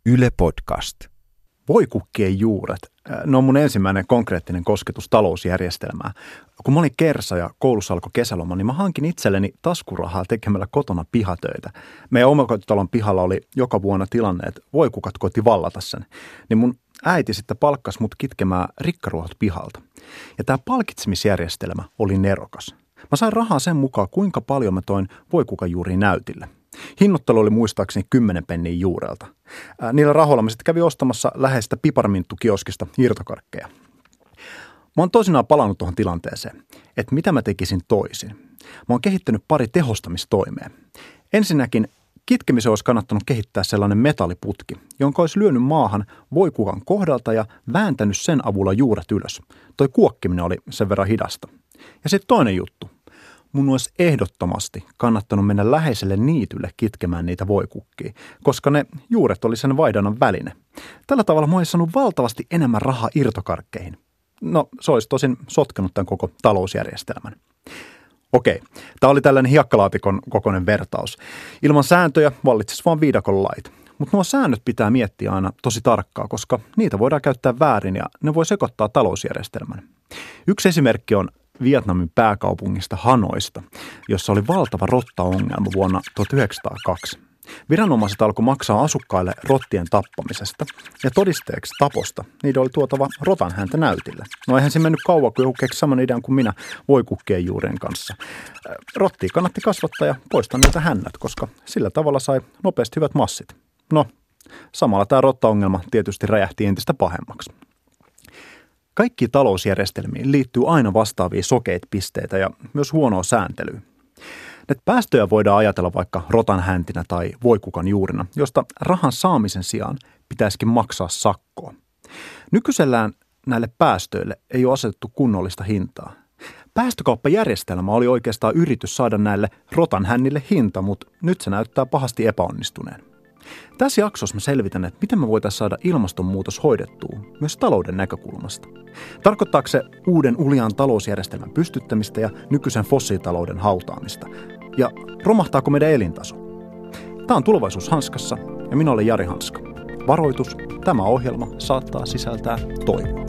Yle Podcast. Voikukkien juuret. Ne on mun ensimmäinen konkreettinen kosketus talousjärjestelmään. Kun mä olin kersa ja koulussa alkoi kesäloma, niin mä hankin itselleni taskurahaa tekemällä kotona pihatöitä. Meidän omakotitalon pihalla oli joka vuonna tilanne, että voikukat koitti vallata sen. Niin mun äiti sitten palkkasi mut kitkemään rikkaruohot pihalta. Ja tää palkitsemisjärjestelmä oli nerokas. Mä sain rahaa sen mukaan, kuinka paljon mä toin voikukan juuriin näytille. Hinnoittelu oli muistaakseni 10 penniä juurelta. Niillä rahoilla mä sitten kävin ostamassa läheistä piparminttukioskista irtokarkkeja. Mä oon toisinaan palannut tuohon tilanteeseen, että mitä mä tekisin toisin. Mä oon kehittänyt pari tehostamistoimea. Ensinnäkin kitkemisen olisi kannattanut kehittää sellainen metalliputki, jonka olisi lyönyt maahan voikukan kohdalta ja vääntänyt sen avulla juuret ylös. Toi kuokkiminen oli sen verran hidasta. Ja sitten toinen juttu. Mun olisi ehdottomasti kannattanut mennä läheiselle niitylle kitkemään niitä voikukkia, koska ne juuret oli sen vaihdannan väline. Tällä tavalla mä olisin saanut valtavasti enemmän rahaa irtokarkkeihin. No, se olisi tosin sotkenut tämän koko talousjärjestelmän. Okei, tämä oli tällainen hiekkalaatikon kokoinen vertaus. Ilman sääntöjä vallitsisi vaan viidakon lait. Mutta nuo säännöt pitää miettiä aina tosi tarkkaa, koska niitä voidaan käyttää väärin ja ne voi sekoittaa talousjärjestelmän. Yksi esimerkki on Vietnamin pääkaupungista Hanoista, jossa oli valtava rottaongelma vuonna 1902. Viranomaiset alkoi maksaa asukkaille rottien tappamisesta ja todisteeksi taposta niiden oli tuotava rotan häntä näytille. No eihän se mennyt kauan, kun joku keksi saman idean kuin minä voikukkien juurien kanssa. Rottia kannatti kasvattaa ja poistaa niitä hännät, koska sillä tavalla sai nopeasti hyvät massit. No, samalla tämä rottaongelma tietysti räjähti entistä pahemmaksi. Kaikki talousjärjestelmiin liittyy aina vastaavia sokeita pisteitä ja myös huonoa sääntelyä. Näitä päästöjä voidaan ajatella vaikka rotan häntinä tai voikukan juurina, josta rahan saamisen sijaan pitäisikin maksaa sakkoa. Nykyisellään näille päästöille ei ole asetettu kunnollista hintaa. Päästökauppajärjestelmä oli oikeastaan yritys saada näille rotan hännille hinta, mutta nyt se näyttää pahasti epäonnistuneen. Tässä jaksossa mä selvitän, että miten me voitaisiin saada ilmastonmuutos hoidettua myös talouden näkökulmasta. Tarkoittaako se uuden uljaan talousjärjestelmän pystyttämistä ja nykyisen fossiilitalouden hautaamista? Ja romahtaako meidän elintaso? Tämä on Tulevaisuus hanskassa ja minä olen Jari Hanska. Varoitus, tämä ohjelma saattaa sisältää toivoa.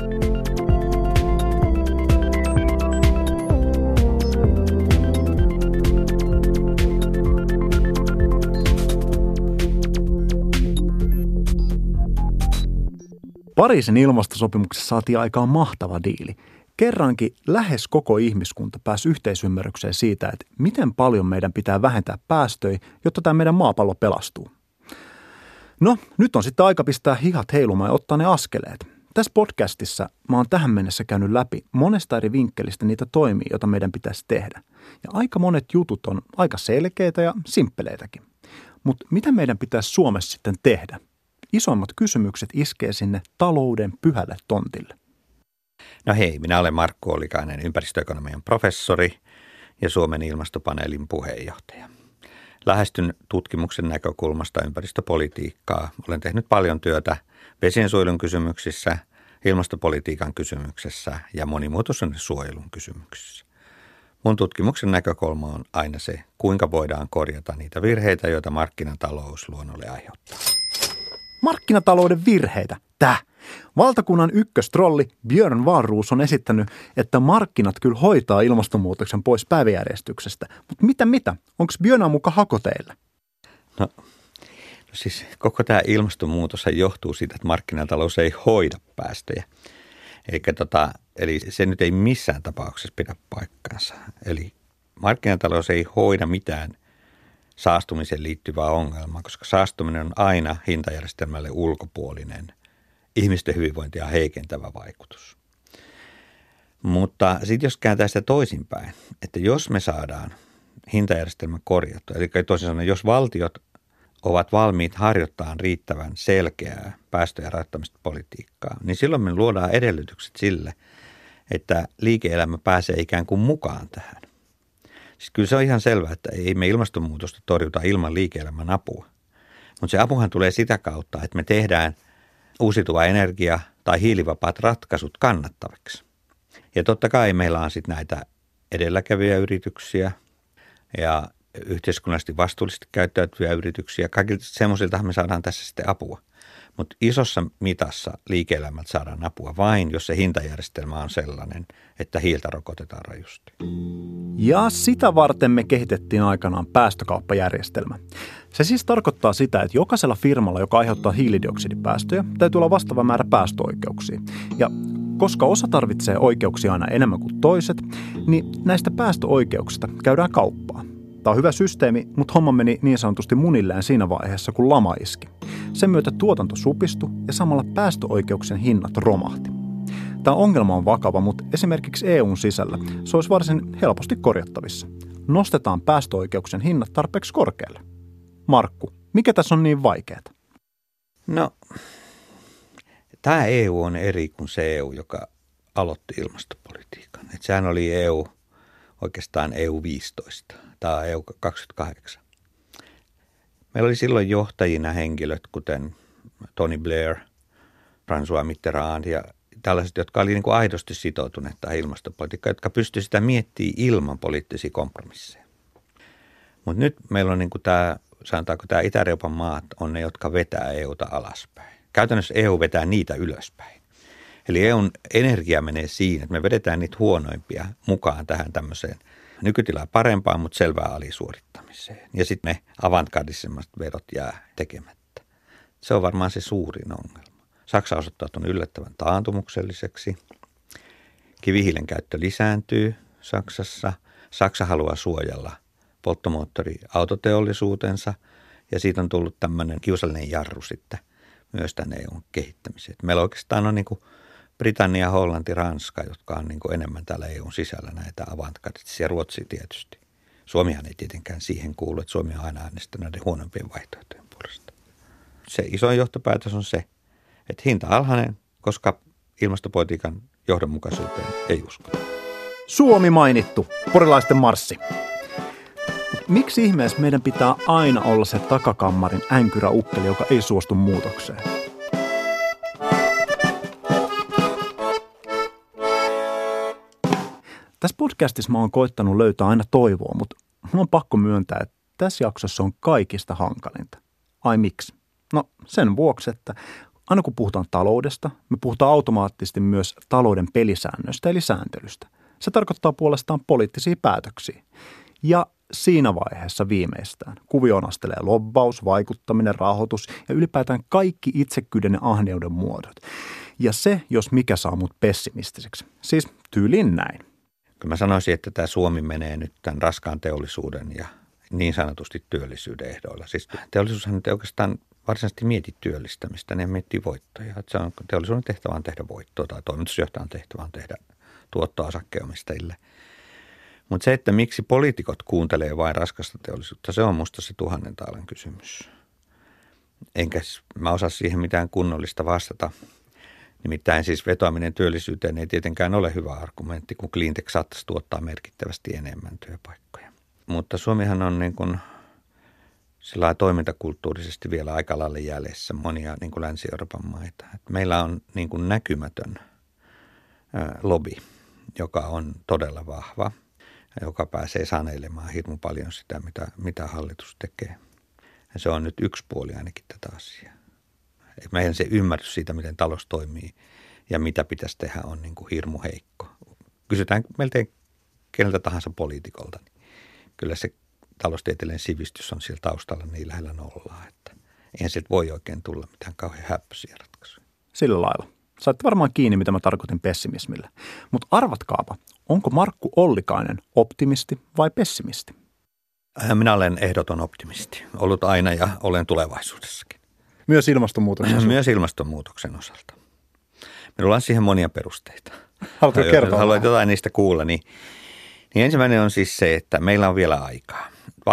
Pariisin ilmastosopimuksessa saatiin aikaan mahtava diili. Kerrankin lähes koko ihmiskunta pääsi yhteisymmärrykseen siitä, että miten paljon meidän pitää vähentää päästöjä, jotta tämä meidän maapallo pelastuu. No, nyt on sitten aika pistää hihat heilumaan ja ottaa ne askeleet. Tässä podcastissa mä oon tähän mennessä käynyt läpi monesta eri vinkkelistä niitä toimia, joita meidän pitäisi tehdä. Ja aika monet jutut on aika selkeitä ja simppeleitäkin. Mutta mitä meidän pitäisi Suomessa sitten tehdä? Isoimmat kysymykset iskee sinne talouden pyhälle tontille. No hei, minä olen Markku Ollikainen, ympäristöekonomian professori ja Suomen ilmastopaneelin puheenjohtaja. Lähestyn tutkimuksen näkökulmasta ympäristöpolitiikkaa. Olen tehnyt paljon työtä vesiensuojelun kysymyksissä, ilmastopolitiikan kysymyksessä ja monimuotoisuuden suojelun kysymyksissä. Mun tutkimuksen näkökulma on aina se, kuinka voidaan korjata niitä virheitä, joita markkinatalous luonnolle aiheuttaa. Markkinatalouden virheitä. Valtakunnan ykköstrolli Björn Wahlroos on esittänyt, että markkinat kyllä hoitaa ilmastonmuutoksen pois päiväjärjestyksestä. Mutta mitä? Onko Björn muka hakoteilla? No siis koko tämä ilmastonmuutos johtuu siitä, että markkinatalous ei hoida päästöjä. Eli se nyt ei missään tapauksessa pidä paikkaansa. Eli markkinatalous ei hoida mitään saastumiseen liittyvää ongelmaa, koska saastuminen on aina hintajärjestelmälle ulkopuolinen, ihmisten hyvinvointia heikentävä vaikutus. Mutta sitten jos kääntää sitä toisinpäin, että jos me saadaan hintajärjestelmä korjattua, eli toisin sanoen, jos valtiot ovat valmiit harjoittamaan riittävän selkeää päästöjä rajoittamista politiikkaa, niin silloin me luodaan edellytykset sille, että liike-elämä pääsee ikään kuin mukaan tähän. Siis kyllä se on ihan selvää, että ei me ilmastonmuutosta torjuta ilman liike-elämän apua. Mutta se apuhan tulee sitä kautta, että me tehdään uusiutuva energia tai hiilivapaat ratkaisut kannattaviksi. Ja totta kai meillä on sitten näitä edelläkävijä yrityksiä ja yhteiskunnallisesti vastuullisesti käyttäytyviä yrityksiä. Kaikilta semmoisilta me saadaan tässä sitten apua. Mutta isossa mitassa liike-elämältä saadaan apua vain, jos se hintajärjestelmä on sellainen, että hiiltä rokotetaan rajusti. Ja sitä varten me kehitettiin aikanaan päästökauppajärjestelmä. Se siis tarkoittaa sitä, että jokaisella firmalla, joka aiheuttaa hiilidioksidipäästöjä, täytyy olla vastaava määrä päästöoikeuksia. Ja koska osa tarvitsee oikeuksia aina enemmän kuin toiset, niin näistä päästöoikeuksista käydään kauppaa. Tämä on hyvä systeemi, mutta homma meni niin sanotusti munilleen siinä vaiheessa, kun lama iski. Sen myötä tuotanto supistui ja samalla päästöoikeuksien hinnat romahti. Tämä ongelma on vakava, mutta esimerkiksi EUn sisällä se olisi varsin helposti korjattavissa. Nostetaan päästöoikeuksien hinnat tarpeeksi korkealle. Markku, mikä tässä on niin vaikeaa? No, tämä EU on eri kuin se EU, joka aloitti ilmastopolitiikan. Et sehän oli EU, oikeastaan EU 15, tämä on EU 28. Meillä oli silloin johtajina henkilöt, kuten Tony Blair, François Mitterrand ja tällaiset, jotka oli niin kuin aidosti sitoutuneet tähän ilmastopolitiikkaan, jotka pystyivät sitä miettimään ilman poliittisia kompromisseja. Mutta nyt meillä on niin kuin tämä, sanotaanko tämä Itä-Euroopan maat on ne, jotka vetää EUta alaspäin. Käytännössä EU vetää niitä ylöspäin. Eli EUn energia menee siinä, että me vedetään niitä huonoimpia mukaan tähän tämmöiseen nykytilaa parempaan, mutta selvää alisuorittamiseen. Ja sitten ne avantgardisemmat vedot jää tekemättä. Se on varmaan se suurin ongelma. Saksa on osoittautunut yllättävän taantumukselliseksi. Kivihiilen käyttö lisääntyy Saksassa. Saksa haluaa suojella polttomoottoriautoteollisuutensa ja siitä on tullut tämmöinen kiusallinen jarru sitten myös tänne EUn kehittämiseen. Meillä oikeastaan on niin kuin Britannia, Hollanti, Ranska, jotka on niin kuin enemmän täällä EUn sisällä näitä avantgardistisia, Ruotsi tietysti. Suomihan ei tietenkään siihen kuulu, että Suomi on aina äänestänyt näiden huonompien vaihtoehtojen puolesta. Se iso johtopäätös on se, että hinta alhainen, koska ilmastopolitiikan johdonmukaisuuteen ei uskota. Suomi mainittu, porilaisten marssi. Miksi ihmeessä meidän pitää aina olla se takakammarin änkyräukkeli, joka ei suostu muutokseen? Tässä podcastissa mä oon koittanut löytää aina toivoa, mutta mun on pakko myöntää, että tässä jaksossa on kaikista hankalinta. Ai miksi? No sen vuoksi, että aina kun puhutaan taloudesta, me puhutaan automaattisesti myös talouden pelisäännöistä eli sääntelystä. Se tarkoittaa puolestaan poliittisia päätöksiä. Ja siinä vaiheessa viimeistään kuvioon astelee lobbaus, vaikuttaminen, rahoitus ja ylipäätään kaikki itsekkyyden ja ahneuden muodot. Ja se, jos mikä saa mut pessimistiseksi. Siis tyyliin näin. Kyllä mä sanoisin, että tämä Suomi menee nyt tämän raskaan teollisuuden ja niin sanotusti työllisyyden ehdoilla. Siis teollisuushan nyt oikeastaan varsinaisesti mieti työllistämistä, ne miettii voittoja. Että se on, teollisuuden tehtävä on tehdä voittoa tai toimitusjohtajan tehtävä on tehdä tuottoa osakkeenomistajille. Mutta se, että miksi poliitikot kuuntelee vain raskasta teollisuutta, se on musta se 1000 taalan kysymys. Enkä mä osaa siihen mitään kunnollista vastata. Nimittäin siis vetoaminen työllisyyteen ei tietenkään ole hyvä argumentti, kun cleantech saattaisi tuottaa merkittävästi enemmän työpaikkoja. Mutta Suomihan on niin kuin sillä toimintakulttuurisesti vielä aika lailla jäljessä monia niin kuin Länsi-Euroopan maita. Et meillä on niin kuin näkymätön lobby, joka on todella vahva ja joka pääsee sanelemaan hirmu paljon sitä, mitä hallitus tekee. Ja se on nyt yksi puoli ainakin tätä asiaa. Meidän se ymmärrys siitä, miten talous toimii ja mitä pitäisi tehdä, on niin kuin hirmu heikko. Kysytään melkein keneltä tahansa poliitikolta, niin kyllä se taloustieteellinen sivistys on siellä taustalla niin lähellä nollaa, että eihän sieltä voi oikein tulla mitään kauhean häppöisiä ratkaisuja. Sillä lailla. Saitte varmaan kiinni, mitä mä tarkoitin pessimismillä. Mutta arvatkaapa, onko Markku Ollikainen optimisti vai pessimisti? Minä olen ehdoton optimisti. Ollut aina ja olen tulevaisuudessakin. Myös ilmastonmuutoksen osalta? Myös ilmastonmuutoksen osalta. Minulla on siihen monia perusteita. Haluatko kertoa? Haluat jotain niistä kuulla. Niin ensimmäinen on siis se, että meillä on vielä aikaa.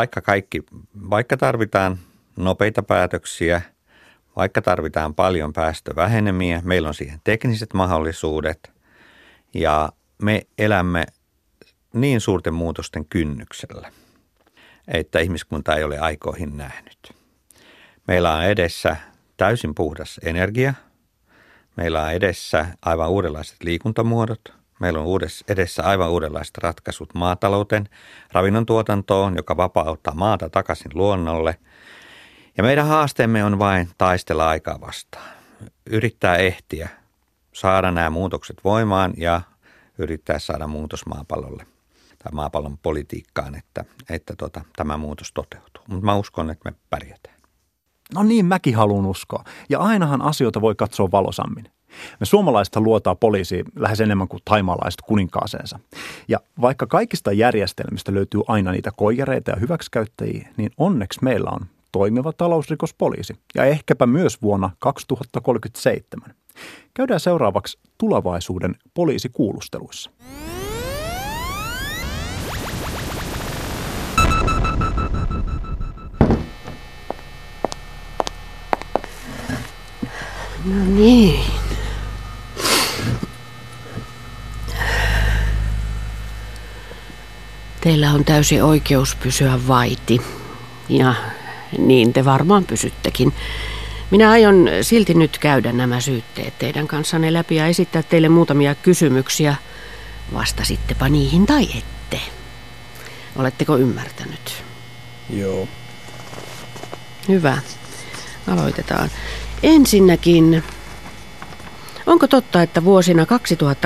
Vaikka tarvitaan nopeita päätöksiä, vaikka tarvitaan paljon päästövähenemiä, meillä on siihen tekniset mahdollisuudet ja me elämme niin suurten muutosten kynnyksellä, että ihmiskunta ei ole aikoihin nähnyt. Meillä on edessä täysin puhdas energia, meillä on edessä aivan uudenlaiset liikuntamuodot, meillä on edessä aivan uudenlaiset ratkaisut maatalouteen, ravinnon tuotantoon, joka vapauttaa maata takaisin luonnolle. Ja meidän haasteemme on vain taistella aikaa vastaan. yrittää ehtiä saada nämä muutokset voimaan ja yrittää saada muutos maapallolle tai maapallon politiikkaan, että tämä muutos toteutuu. Mutta mä uskon, että me pärjätään. No niin, mäkin haluan uskoa. Ja ainahan asioita voi katsoa valosammin. Me suomalaista luotaa poliisiin lähes enemmän kuin thaimaalaiset kuninkaaseensa. Ja vaikka kaikista järjestelmistä löytyy aina niitä koijareita ja hyväksikäyttäjiä, niin onneksi meillä on toimiva talousrikospoliisi. Ja ehkäpä myös vuonna 2037. Käydään seuraavaksi tulevaisuuden poliisikuulusteluissa. No niin. Teillä on täysi oikeus pysyä vaiti. Ja niin te varmaan pysyttekin. Minä aion silti nyt käydä nämä syytteet teidän kanssanne läpi ja esittää teille muutamia kysymyksiä. Vastasittepa niihin tai ette. Oletteko ymmärtänyt? Joo. Hyvä. Aloitetaan. Ensinnäkin, onko totta, että vuosina 2031-2035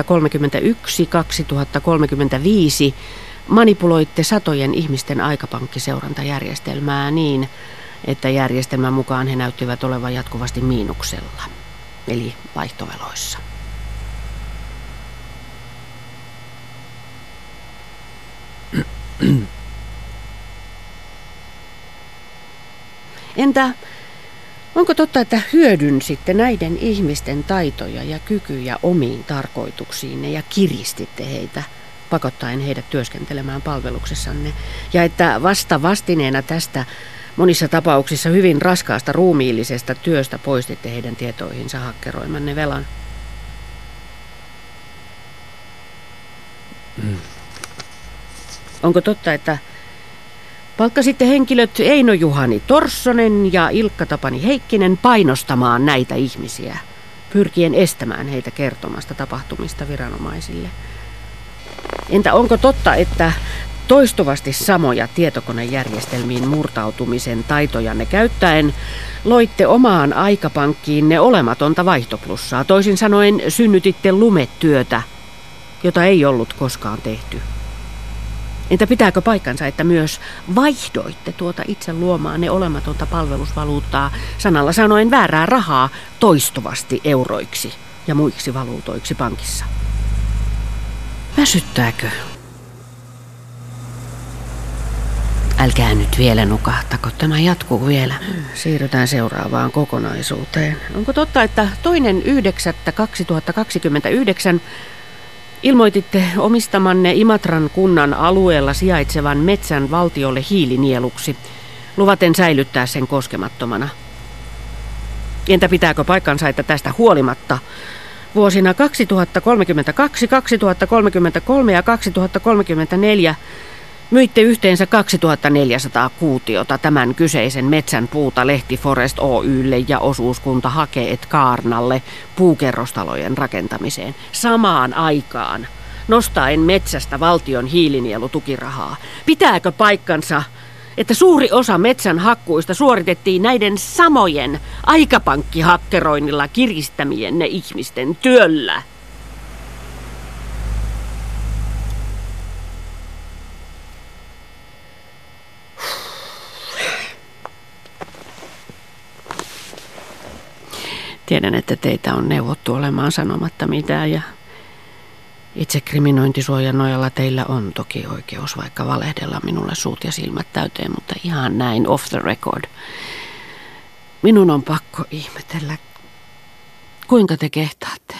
manipuloitte satojen ihmisten aikapankkiseurantajärjestelmää niin, että järjestelmän mukaan he näyttivät olevan jatkuvasti miinuksella, eli vaihtoveloissa? Entä onko totta, että hyödynsitte näiden ihmisten taitoja ja kykyjä omiin tarkoituksiinne ja kiristitte heitä, pakottaen heidät työskentelemään palveluksessanne, ja että vasta vastineena tästä monissa tapauksissa hyvin raskaasta ruumiillisesta työstä poistitte heidän tietoihinsa hakkeroimanne velan? Onko totta, että palkkasitte henkilöt Eino Juhani Torssonen ja Ilkka Tapani Heikkinen painostamaan näitä ihmisiä, pyrkien estämään heitä kertomasta tapahtumista viranomaisille? Entä onko totta, että toistuvasti samoja tietokonejärjestelmiin murtautumisen taitojanne käyttäen loitte omaan aikapankkiinne olematonta vaihtoplussaa, toisin sanoen synnytitte lumetyötä, jota ei ollut koskaan tehty? Entä pitääkö paikkansa, että myös vaihdoitte tuota itse luomaanne olematonta palvelusvaluuttaa, sanalla sanoen väärää rahaa, toistuvasti euroiksi ja muiksi valuutoiksi pankissa? Väsyttääkö? Älkää nyt vielä nukahtako, tämä jatkuu vielä. Siirrytään seuraavaan kokonaisuuteen. Onko totta, että 2.9.2029 ilmoititte omistamanne Imatran kunnan alueella sijaitsevan metsän valtiolle hiilinieluksi, luvaten säilyttää sen koskemattomana? Entä pitääkö paikkansa, että tästä huolimatta vuosina 2032, 2033 ja 2034 myitte yhteensä 2400 kuutiota tämän kyseisen metsän puuta Lehti Forest Oy:lle ja osuuskunta Hake et Kaarnalle puukerrostalojen rakentamiseen samaan aikaan, nostaen metsästä valtion hiilinielutukirahaa? Pitääkö paikkansa, että suuri osa metsän hakkuista suoritettiin näiden samojen aikapankkihakkeroinnilla kiristämienne ihmisten työllä? Tiedän, että teitä on neuvottu olemaan sanomatta mitään ja itsekriminointisuojan nojalla teillä on toki oikeus vaikka valehdella minulle suut ja silmät täyteen, mutta ihan näin off the record. Minun on pakko ihmetellä, kuinka te kehtaatte.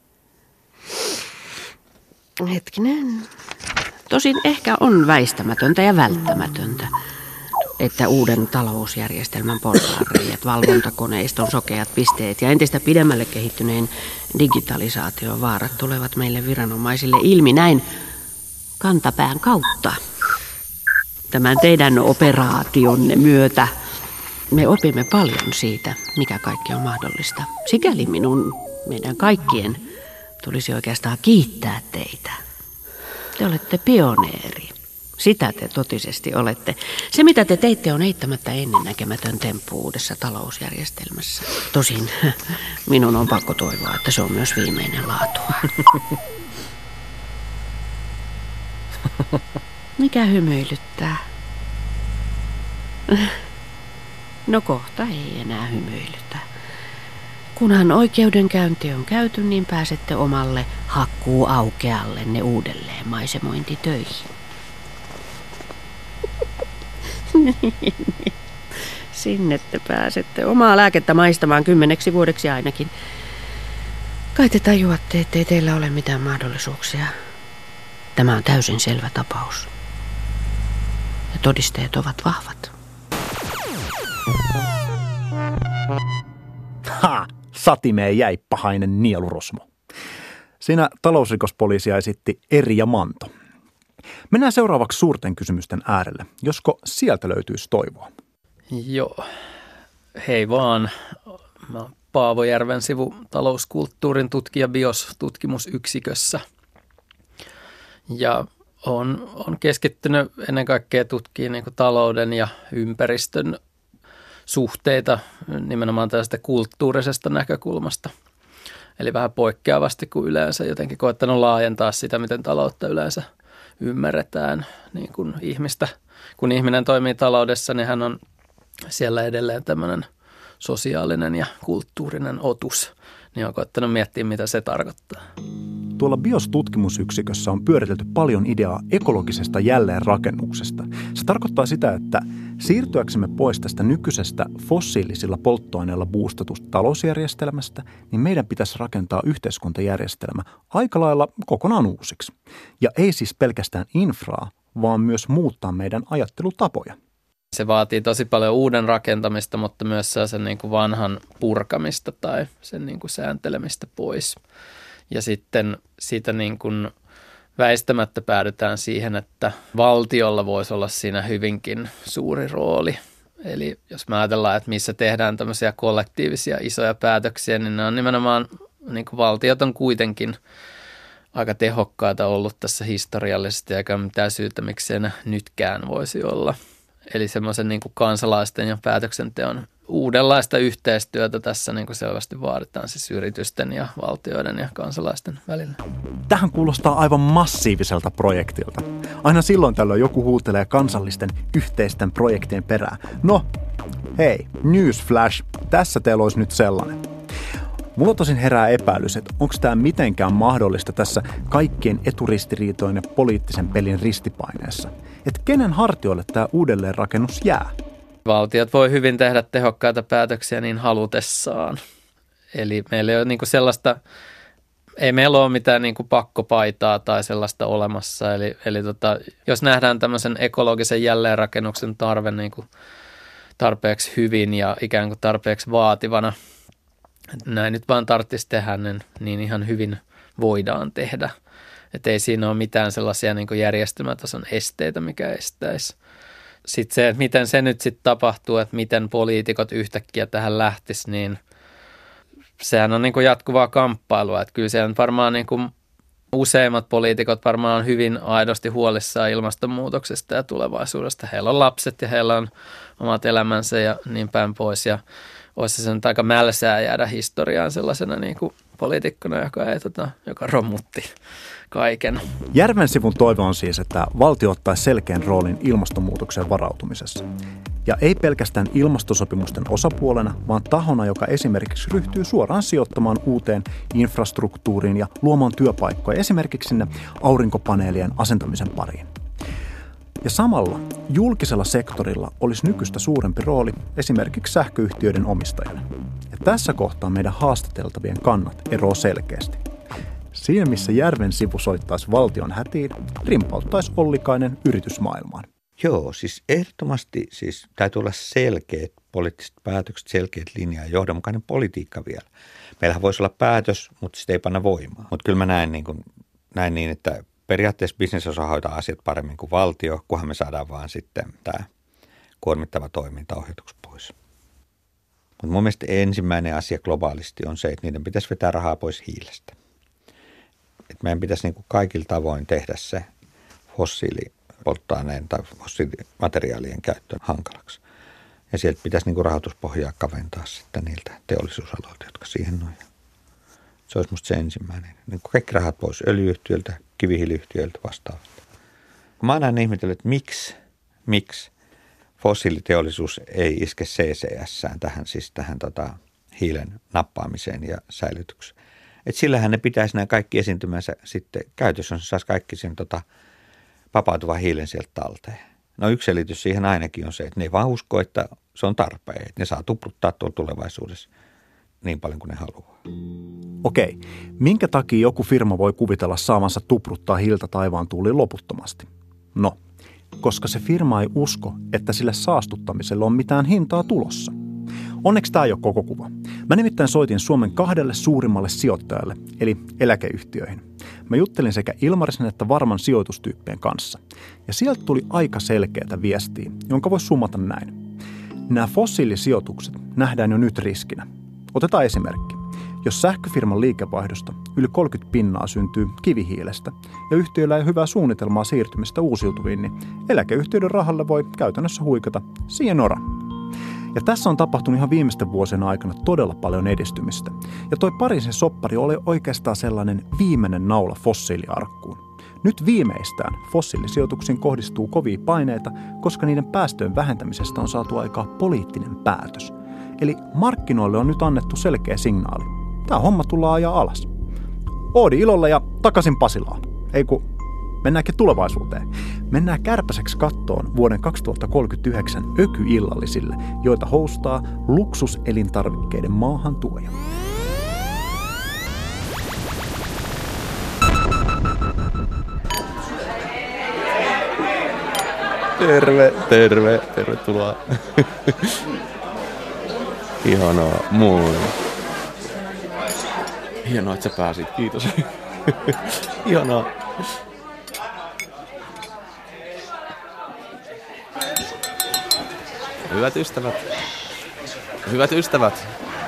Hetkinen. Tosin ehkä on väistämätöntä ja välttämätöntä, että uuden talousjärjestelmän porsaanreiät, valvontakoneiston sokeat pisteet ja entistä pidemmälle kehittyneen digitalisaation vaarat tulevat meille viranomaisille ilmi näin kantapään kautta. Tämän teidän operaationne myötä me opimme paljon siitä, mikä kaikki on mahdollista. Sikäli meidän kaikkien tulisi oikeastaan kiittää teitä. Te olette pioneeri. Sitä te totisesti olette. Se, mitä te teitte, on eittämättä ennennäkemätön temppu uudessa talousjärjestelmässä. Tosin minun on pakko toivoa, että se on myös viimeinen laatua. Mikä hymyilyttää? No kohta ei enää hymyilytä. Kunhan oikeudenkäynti on käyty, niin pääsette omalle hakkuuaukeallenne uudelleen maisemointitöihin. Niin. Sinne te pääsette omaa lääkettä maistamaan 10 vuodeksi ainakin. Kai te tajuatte, ettei teillä ole mitään mahdollisuuksia. Tämä on täysin selvä tapaus. Ja todisteet ovat vahvat. Ha! Satimeen jäippahainen nielurosmo. Siinä talousrikospoliisia esitti Eri ja Manto. Mennään seuraavaksi suurten kysymysten äärelle. Josko sieltä löytyisi toivoa? Joo. Hei vaan. Mä oon Paavo Järvensivu, talouskulttuurin tutkija BIOS-tutkimusyksikössä. Ja on keskittynyt ennen kaikkea tutkimaan niin kuin talouden ja ympäristön suhteita nimenomaan tästä kulttuurisesta näkökulmasta. Eli vähän poikkeavasti kuin yleensä, jotenkin koettanut laajentaa sitä, miten taloutta yleensä ymmärretään niin kuin ihmistä. Kun ihminen toimii taloudessa, niin hän on siellä edelleen tämmöinen sosiaalinen ja kulttuurinen otus. Niin on koettanut miettiä, mitä se tarkoittaa. Tuolla BIOS-tutkimusyksikössä on pyöritelty paljon ideaa ekologisesta jälleenrakennuksesta. Se tarkoittaa sitä, että siirtyäksemme pois tästä nykyisestä fossiilisilla polttoaineilla boostatusta talousjärjestelmästä, niin meidän pitäisi rakentaa yhteiskuntajärjestelmä aika lailla kokonaan uusiksi. Ja ei siis pelkästään infraa, vaan myös muuttaa meidän ajattelutapoja. Se vaatii tosi paljon uuden rakentamista, mutta myös sen niin kuin vanhan purkamista tai sen niin kuin sääntelemistä pois. Ja sitten siitä niin kuin väistämättä päädytään siihen, että valtiolla voisi olla siinä hyvinkin suuri rooli. Eli jos me ajatellaan, että missä tehdään tämmöisiä kollektiivisia isoja päätöksiä, niin ne on nimenomaan, niin kuin valtiot on kuitenkin aika tehokkaita ollut tässä historiallisesti, eikä mitään syytä, miksi ne nytkään voisi olla. Eli semmoisen niin kuin kansalaisten ja päätöksenteon uudenlaista yhteistyötä tässä niin kuin selvästi vaaditaan siis yritysten ja valtioiden ja kansalaisten välillä. Tähän kuulostaa aivan massiiviselta projektilta. Aina silloin tällöin joku huutelee kansallisten yhteisten projektien perään. No, hei, newsflash, tässä teillä olisi nyt sellainen. Mulla tosin herää epäilys, että onko tämä mitenkään mahdollista tässä kaikkien eturistiriitojen ja poliittisen pelin ristipaineessa. Että kenen hartioille tämä uudelleenrakennus jää? Valtiot voi hyvin tehdä tehokkaita päätöksiä niin halutessaan. Eli meillä ei ole niinku sellaista, ei meillä ole mitään niinku pakkopaitaa tai sellaista olemassa. Eli jos nähdään tämmöisen ekologisen jälleenrakennuksen tarve niinku tarpeeksi hyvin ja ikään kuin tarpeeksi vaativana, näin nyt vaan tarvitsisi tehdä, niin ihan hyvin voidaan tehdä. Että ei siinä ole mitään sellaisia niin kuin järjestelmätason esteitä, mikä estäisi. Sitten se, että miten se nyt sitten tapahtuu, että miten poliitikot yhtäkkiä tähän lähtisi, niin sehän on niin kuin jatkuvaa kamppailua. Että kyllä siellä varmaan niin kuin useimmat poliitikot varmaan on hyvin aidosti huolissaan ilmastonmuutoksesta ja tulevaisuudesta. Heillä on lapset ja heillä on omat elämänsä ja niin päin pois. Ja olisi se nyt aika mälsää jäädä historiaan sellaisena niin kuin poliitikkona, joka romutti kaiken. Järvensivun toive on siis, että valtio ottaisi selkeän roolin ilmastonmuutokseen varautumisessa. Ja ei pelkästään ilmastosopimusten osapuolena, vaan tahona, joka esimerkiksi ryhtyy suoraan sijoittamaan uuteen infrastruktuuriin ja luomaan työpaikkoja esimerkiksi sinne aurinkopaneelien asentamisen pariin. Ja samalla julkisella sektorilla olisi nykyistä suurempi rooli esimerkiksi sähköyhtiöiden omistajana. Ja tässä kohtaa meidän haastateltavien kannat eroaa selkeästi. Siinä missä Järvensivu soittaisi valtion hätiin, rimpauttaisi Ollikainen yritysmaailmaan. Joo, siis ehdottomasti siis täytyy olla selkeät poliittiset päätökset, selkeät linjaa ja johdonmukainen politiikka vielä. Meillähän voisi olla päätös, mutta sitä ei panna voimaan. Mutta kyllä mä näen niin, että periaatteessa bisnes osaa hoitaa asiat paremmin kuin valtio, kunhan me saadaan vaan sitten tämä kuormittava toiminta ohjatuksi pois. Mutta mun mielestä ensimmäinen asia globaalisti on se, että niiden pitäisi vetää rahaa pois hiilestä. Et meidän pitäisi niin kuin kaikilla tavoin tehdä se polttoaineen tai fossiilimateriaalien käyttö hankalaksi. Ja sieltä pitäisi niin kuin rahoituspohjaa kaventaa sitten niiltä teollisuusaloilta, jotka siihen nojaa. Se olisi musta se ensimmäinen. Niin kuin kaikki rahat pois öljy-yhtiöiltä, kivihiiliyhtiöiltä vastaavalta. Mä oon aina ihmetellyt, että miksi fossiiliteollisuus ei iske CCS:ään tähän hiilen nappaamiseen ja säilytykseen. Että sillähän ne pitäisi nämä kaikki esiintymänsä sitten käytössä, se saisi kaikki sen vapautuvan hiilen sieltä talteen. No yksi selitys siihen ainakin on se, että ne ei vaan usko, että se on tarpeen, että ne saa tupruttaa tuolla tulevaisuudessa niin paljon kuin ne haluaa. Okei, minkä takia joku firma voi kuvitella saavansa tupruttaa hiiltä taivaan tuuliin loputtomasti? No, koska se firma ei usko, että sille saastuttamiselle on mitään hintaa tulossa. Onneksi tämä ei ole koko kuva. Mä nimittäin soitin Suomen 2 suurimmalle sijoittajalle, eli eläkeyhtiöihin. Mä juttelin sekä Ilmarisen että Varman sijoitustyyppien kanssa. Ja sieltä tuli aika selkeätä viestiä, jonka voisi summata näin. Nämä fossiilisijoitukset nähdään jo nyt riskinä. Otetaan esimerkki. Jos sähköfirman liikevaihdosta yli 30% syntyy kivihiilestä ja yhtiöllä ei ole hyvää suunnitelmaa siirtymistä uusiutuviin, niin eläkeyhtiöiden rahalle voi käytännössä huikata siihen ora. Ja tässä on tapahtunut ihan viimeisten vuosien aikana todella paljon edistymistä. Ja toi Pariisin soppari oli oikeastaan sellainen viimeinen naula fossiiliarkkuun. Nyt viimeistään fossiilisijoituksiin kohdistuu kovia paineita, koska niiden päästöjen vähentämisestä on saatu aikaa poliittinen päätös. Eli markkinoille on nyt annettu selkeä signaali. Tämä homma tullaan ajaa alas. Oodi ilolla ja takaisin Pasilaan. Ei kun mennäänkin tulevaisuuteen. Mennään kärpäseksi kattoon vuoden 2039 ökyillallisille, joita hostaa luksuselintarvikkeiden maahantuoja. Tervetuloa. Ihanaa, moi. Hienoa, että sä pääsit, kiitos. Ihanaa. Hyvät ystävät.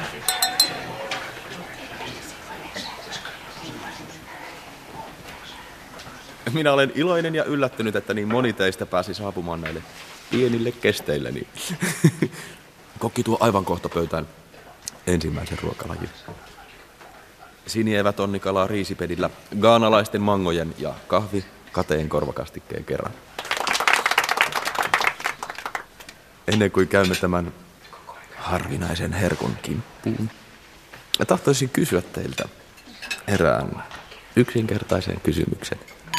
Minä olen iloinen ja yllättynyt, että niin moni teistä pääsi saapumaan näille pienille kesteilleni. Kokki tuo aivan kohta pöytään ensimmäisen ruokalajin. Sinievä tonnikalaa riisipedillä, gaanalaisten mangojen ja kahvi kateen korvakastikkeen kerran. Ennen kuin käymme tämän harvinaisen herkun kimppuun, tahtoisin kysyä teiltä erään yksinkertaisen kysymyksen.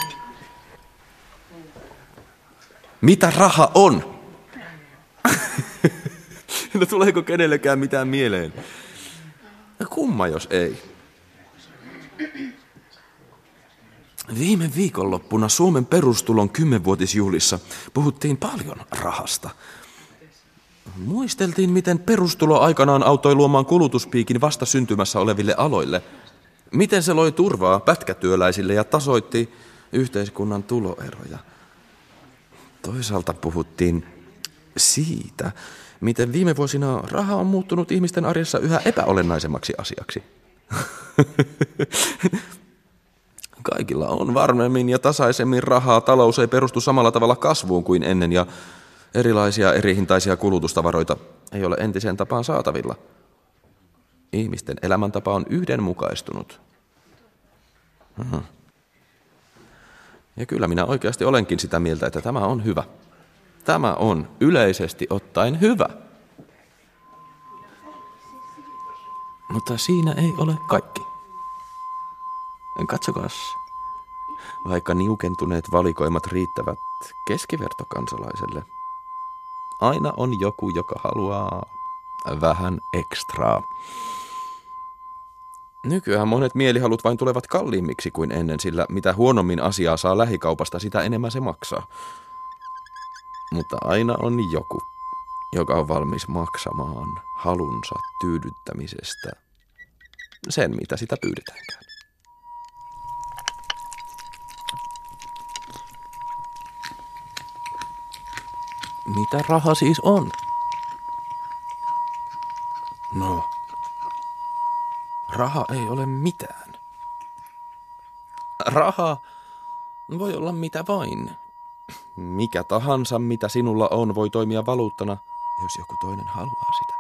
Mitä raha on? No tuleeko kenellekään mitään mieleen? Kumma jos ei. Viime viikonloppuna Suomen perustulon 10-vuotisjuhlissa puhuttiin paljon rahasta. Muisteltiin, miten perustulo aikanaan auttoi luomaan kulutuspiikin vasta syntymässä oleville aloille. Miten se loi turvaa pätkätyöläisille ja tasoitti yhteiskunnan tuloeroja. Toisaalta puhuttiin siitä, miten viime vuosina raha on muuttunut ihmisten arjessa yhä epäolennaisemmaksi asiaksi. Kaikilla on varmemmin ja tasaisemmin rahaa, talous ei perustu samalla tavalla kasvuun kuin ennen ja erilaisia erihintaisia kulutustavaroita ei ole entiseen tapaan saatavilla. Ihmisten elämäntapa on yhdenmukaistunut. Ja kyllä minä oikeasti olenkin sitä mieltä, että tämä on hyvä. Tämä on yleisesti ottaen hyvä. Mutta siinä ei ole kaikki. Katsokaas, vaikka niukentuneet valikoimat riittävät keskivertokansalaiselle, aina on joku, joka haluaa vähän ekstraa. Nykyään monet mielihalut vain tulevat kalliimmiksi kuin ennen, sillä mitä huonommin asiaa saa lähikaupasta, sitä enemmän se maksaa. Mutta aina on joku, joka on valmis maksamaan halunsa tyydyttämisestä sen, mitä sitä pyydetäänkään. Mitä raha siis on? No, raha ei ole mitään. Raha voi olla mitä vain. Mikä tahansa, mitä sinulla on, voi toimia valuuttana, jos joku toinen haluaa sitä.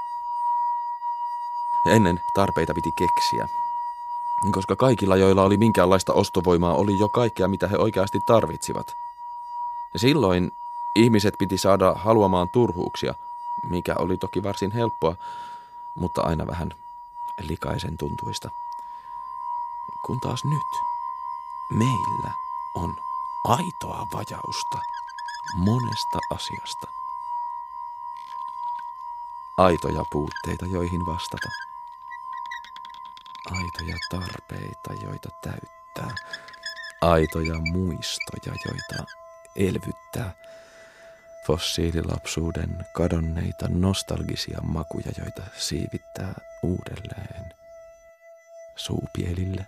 Ennen tarpeita piti keksiä, koska kaikilla, joilla oli minkäänlaista ostovoimaa, oli jo kaikkea, mitä he oikeasti tarvitsivat. Ja silloin ihmiset piti saada haluamaan turhuuksia, mikä oli toki varsin helppoa, mutta aina vähän likaisen tuntuista. Kun taas nyt meillä on aitoa vajausta monesta asiasta. Aitoja puutteita, joihin vastata. Aitoja tarpeita, joita täyttää. Aitoja muistoja, joita elvyttää. Fossiililapsuuden kadonneita nostalgisia makuja, joita siivittää uudelleen suupielille.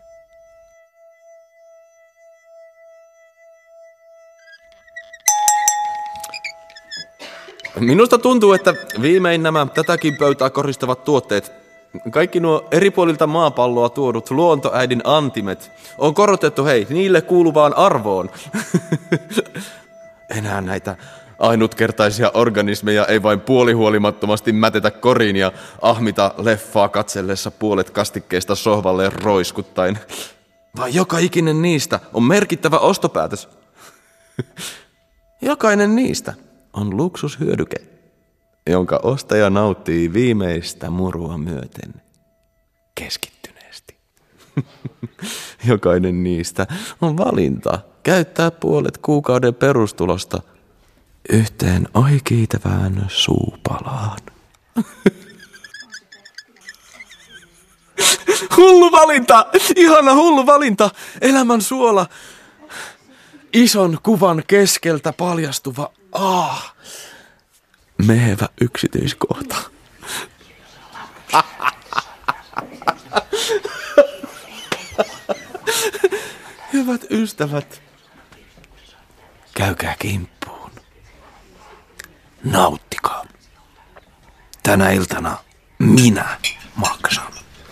Minusta tuntuu, että viimein nämä tätäkin pöytää koristavat tuotteet, kaikki nuo eri puolilta maapalloa tuodut luontoäidin antimet, on korotettu niille kuuluvaan arvoon. Enää näitä ainutkertaisia organismeja ei vain puolihuolimattomasti mätetä koriin ja ahmita leffaa katsellessa puolet kastikkeesta sohvalle roiskuttaen, vaan joka ikinen niistä on merkittävä ostopäätös. Jokainen niistä on luksushyödyke, jonka ostaja nauttii viimeistä murua myöten keskittyneesti. Jokainen niistä on valinta käyttää puolet kuukauden perustulosta yhteen ohikiitävään suupalaan. Hullu valinta! Ihana hullu valinta! Elämän suola! Ison kuvan keskeltä paljastuva mehevä yksityiskohta. Hyvät ystävät, käykää kimppuun. Nauttikaa. Tänä iltana minä maksan.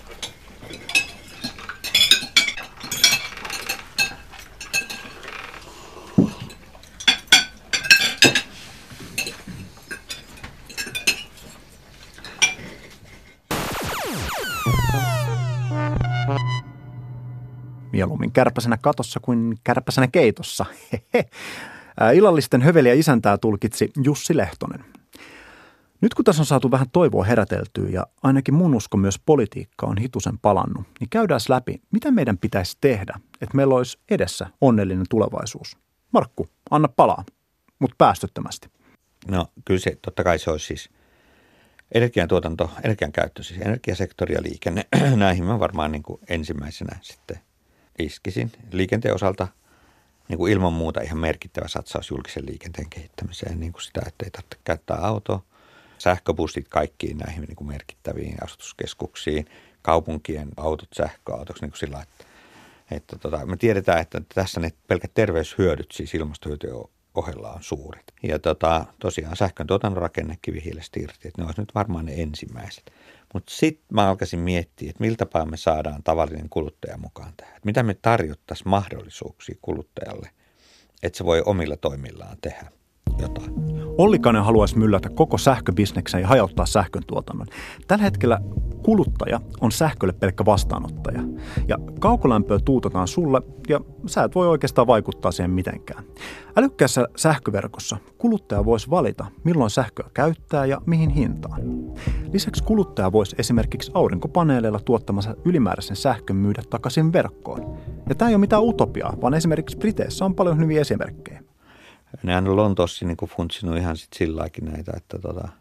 Mieluummin kärpäsenä katossa kuin kärpäsenä keitossa. Illallisten höveliä isäntää tulkitsi Jussi Lehtonen. Nyt kun tässä on saatu vähän toivoa heräteltyä ja ainakin mun usko myös politiikka on hitusen palannut, niin käydään läpi, mitä meidän pitäisi tehdä, että meillä olisi edessä onnellinen tulevaisuus. Markku, anna palaa, mutta päästöttömästi. No kyllä se, totta kai se olisi siis energiantuotanto, energiankäyttö, siis energiasektori ja liikenne. Näihin mä varmaan niin kuin ensimmäisenä sitten iskisin. Liikenteen osalta niin kuin ilman muuta ihan merkittävä satsaus julkisen liikenteen kehittämiseen, niin kuin sitä, että ei tarvitse käyttää autoa. Sähköbussit kaikkiin näihin niin kuin merkittäviin asutuskeskuksiin, kaupunkien autot sähköautoksi niin kuin sillä, että me tiedetään, että tässä ne pelkät terveyshyödyt, siis ilmastohyötyjen ohella on suuret. Ja tosiaan sähkön tuotannon rakenne kivihiilestä irti, että ne olisi nyt varmaan ne ensimmäiset. Mutta sitten mä alkaisin miettiä, että miltä päin me saadaan tavallinen kuluttaja mukaan tähän. Että mitä me tarjottaisiin mahdollisuuksia kuluttajalle, että se voi omilla toimillaan tehdä jotain. Ollikainen haluaisi myllätä koko sähköbisneksen ja hajauttaa sähkön tuotannon. Tällä hetkellä kuluttaja on sähkölle pelkkä vastaanottaja. Ja kaukolämpöä tuutetaan sulle ja sä et voi oikeastaan vaikuttaa siihen mitenkään. Älykkäässä sähköverkossa kuluttaja voisi valita, milloin sähköä käyttää ja mihin hintaan. Lisäksi kuluttaja voisi esimerkiksi aurinkopaneeleilla tuottamansa ylimääräisen sähkön myydä takaisin verkkoon. Ja tämä ei ole mitään utopiaa, vaan esimerkiksi Briteissä on paljon hyviä esimerkkejä. Nehän on Lontoossa niin funtsinut ihan sit silläkin näitä, että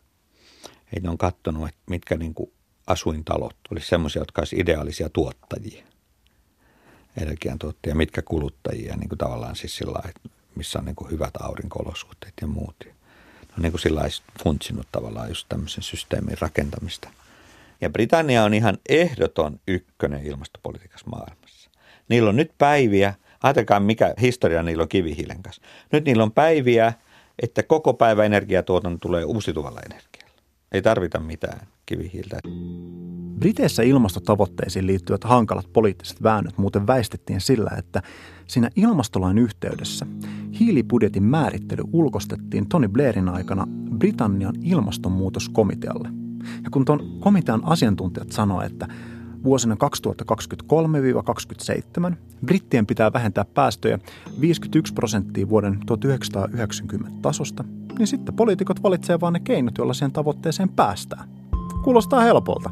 ne on katsonut, että mitkä niin kuin asuintalot olisi semmoisia, jotka olisi ideaalisia tuottajia, energiantuottajia, mitkä kuluttajia, niin kuin tavallaan siis sillä lailla, missä on niin kuin hyvät aurinko-olosuhteet ja muut. Ne on niin kuin sillä lailla funtsinut tavallaan just tämmöisen systeemin rakentamista. Ja Britannia on ihan ehdoton ykkönen ilmastopolitiikassa maailmassa. Niillä on nyt päiviä. Ajatelkaa, mikä historia niillä on kivihiilen kanssa. Nyt niillä on päiviä, että koko päivä energiatuotanto tulee uusiutuvalla energialla. Ei tarvita mitään kivihiiltä. Briteissä ilmastotavoitteisiin liittyvät hankalat poliittiset väännöt muuten väistettiin sillä, että siinä ilmastolain yhteydessä hiilibudjetin määrittely ulkostettiin Tony Blairin aikana Britannian ilmastonmuutoskomitealle. Ja kun tuon komitean asiantuntijat sanoivat, että vuosina 2023-2027 brittien pitää vähentää päästöjä 51% vuoden 1990 tasosta, niin sitten poliitikot valitsevat vain ne keinot, joilla siihen tavoitteeseen päästään. Kuulostaa helpolta.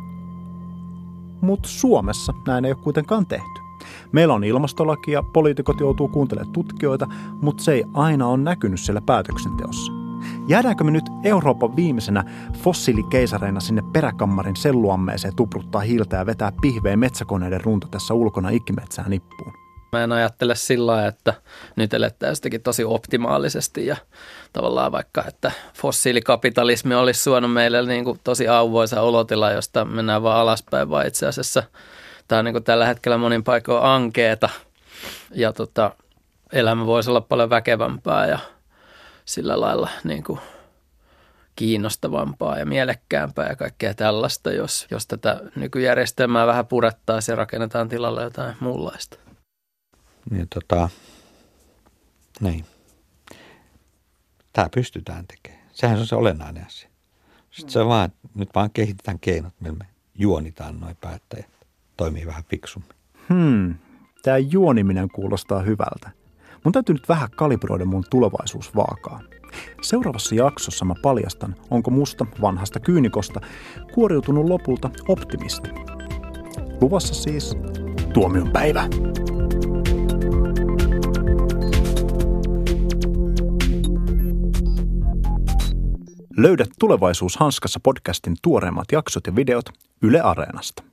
Mutta Suomessa näin ei ole kuitenkaan tehty. Meillä on ilmastolaki ja poliitikot joutuu kuuntelemaan tutkijoita, mutta se ei aina ole näkynyt siellä päätöksenteossa. Jäädäänkö me nyt Euroopan viimeisenä fossiilikeisareina sinne peräkammarin selluammeeseen tupruttaa hiiltä ja vetää pihveä metsäkoneiden runto tässä ulkona ikkimetsää nippuun? Mä en ajattele sillä lailla, että nyt elettäisiin jotenkin tosi optimaalisesti ja tavallaan vaikka, että fossiilikapitalismi olisi suonut meille niin kuin tosi auvoisa olotila, josta mennään vaan alaspäin, vaan itse asiassa tämä on niin kuin tällä hetkellä monin paikoin ankeeta ja elämä voisi olla paljon väkevämpää ja sillä lailla niin kuin kiinnostavampaa ja mielekkäämpää ja kaikkea tällaista, jos tätä nykyjärjestelmää vähän purettaisiin ja rakennetaan tilalle jotain muunlaista. Niin niin. Tämä pystytään tekemään. Sehän on se olennainen asia. Sitten se on vaan, nyt vaan kehitetään keinot, millä me juonitaan noi päättäjät. Toimii vähän fiksummin. Tämä juoniminen kuulostaa hyvältä. Mun täytyy nyt vähän kalibroida mun tulevaisuusvaakaa. Seuraavassa jaksossa mä paljastan, onko musta vanhasta kyynikosta kuoriutunut lopulta optimisti. Luvassa siis tuomion päivä. Löydät Tulevaisuus hanskassa podcastin tuoreimmat jaksot ja videot Yle Areenasta.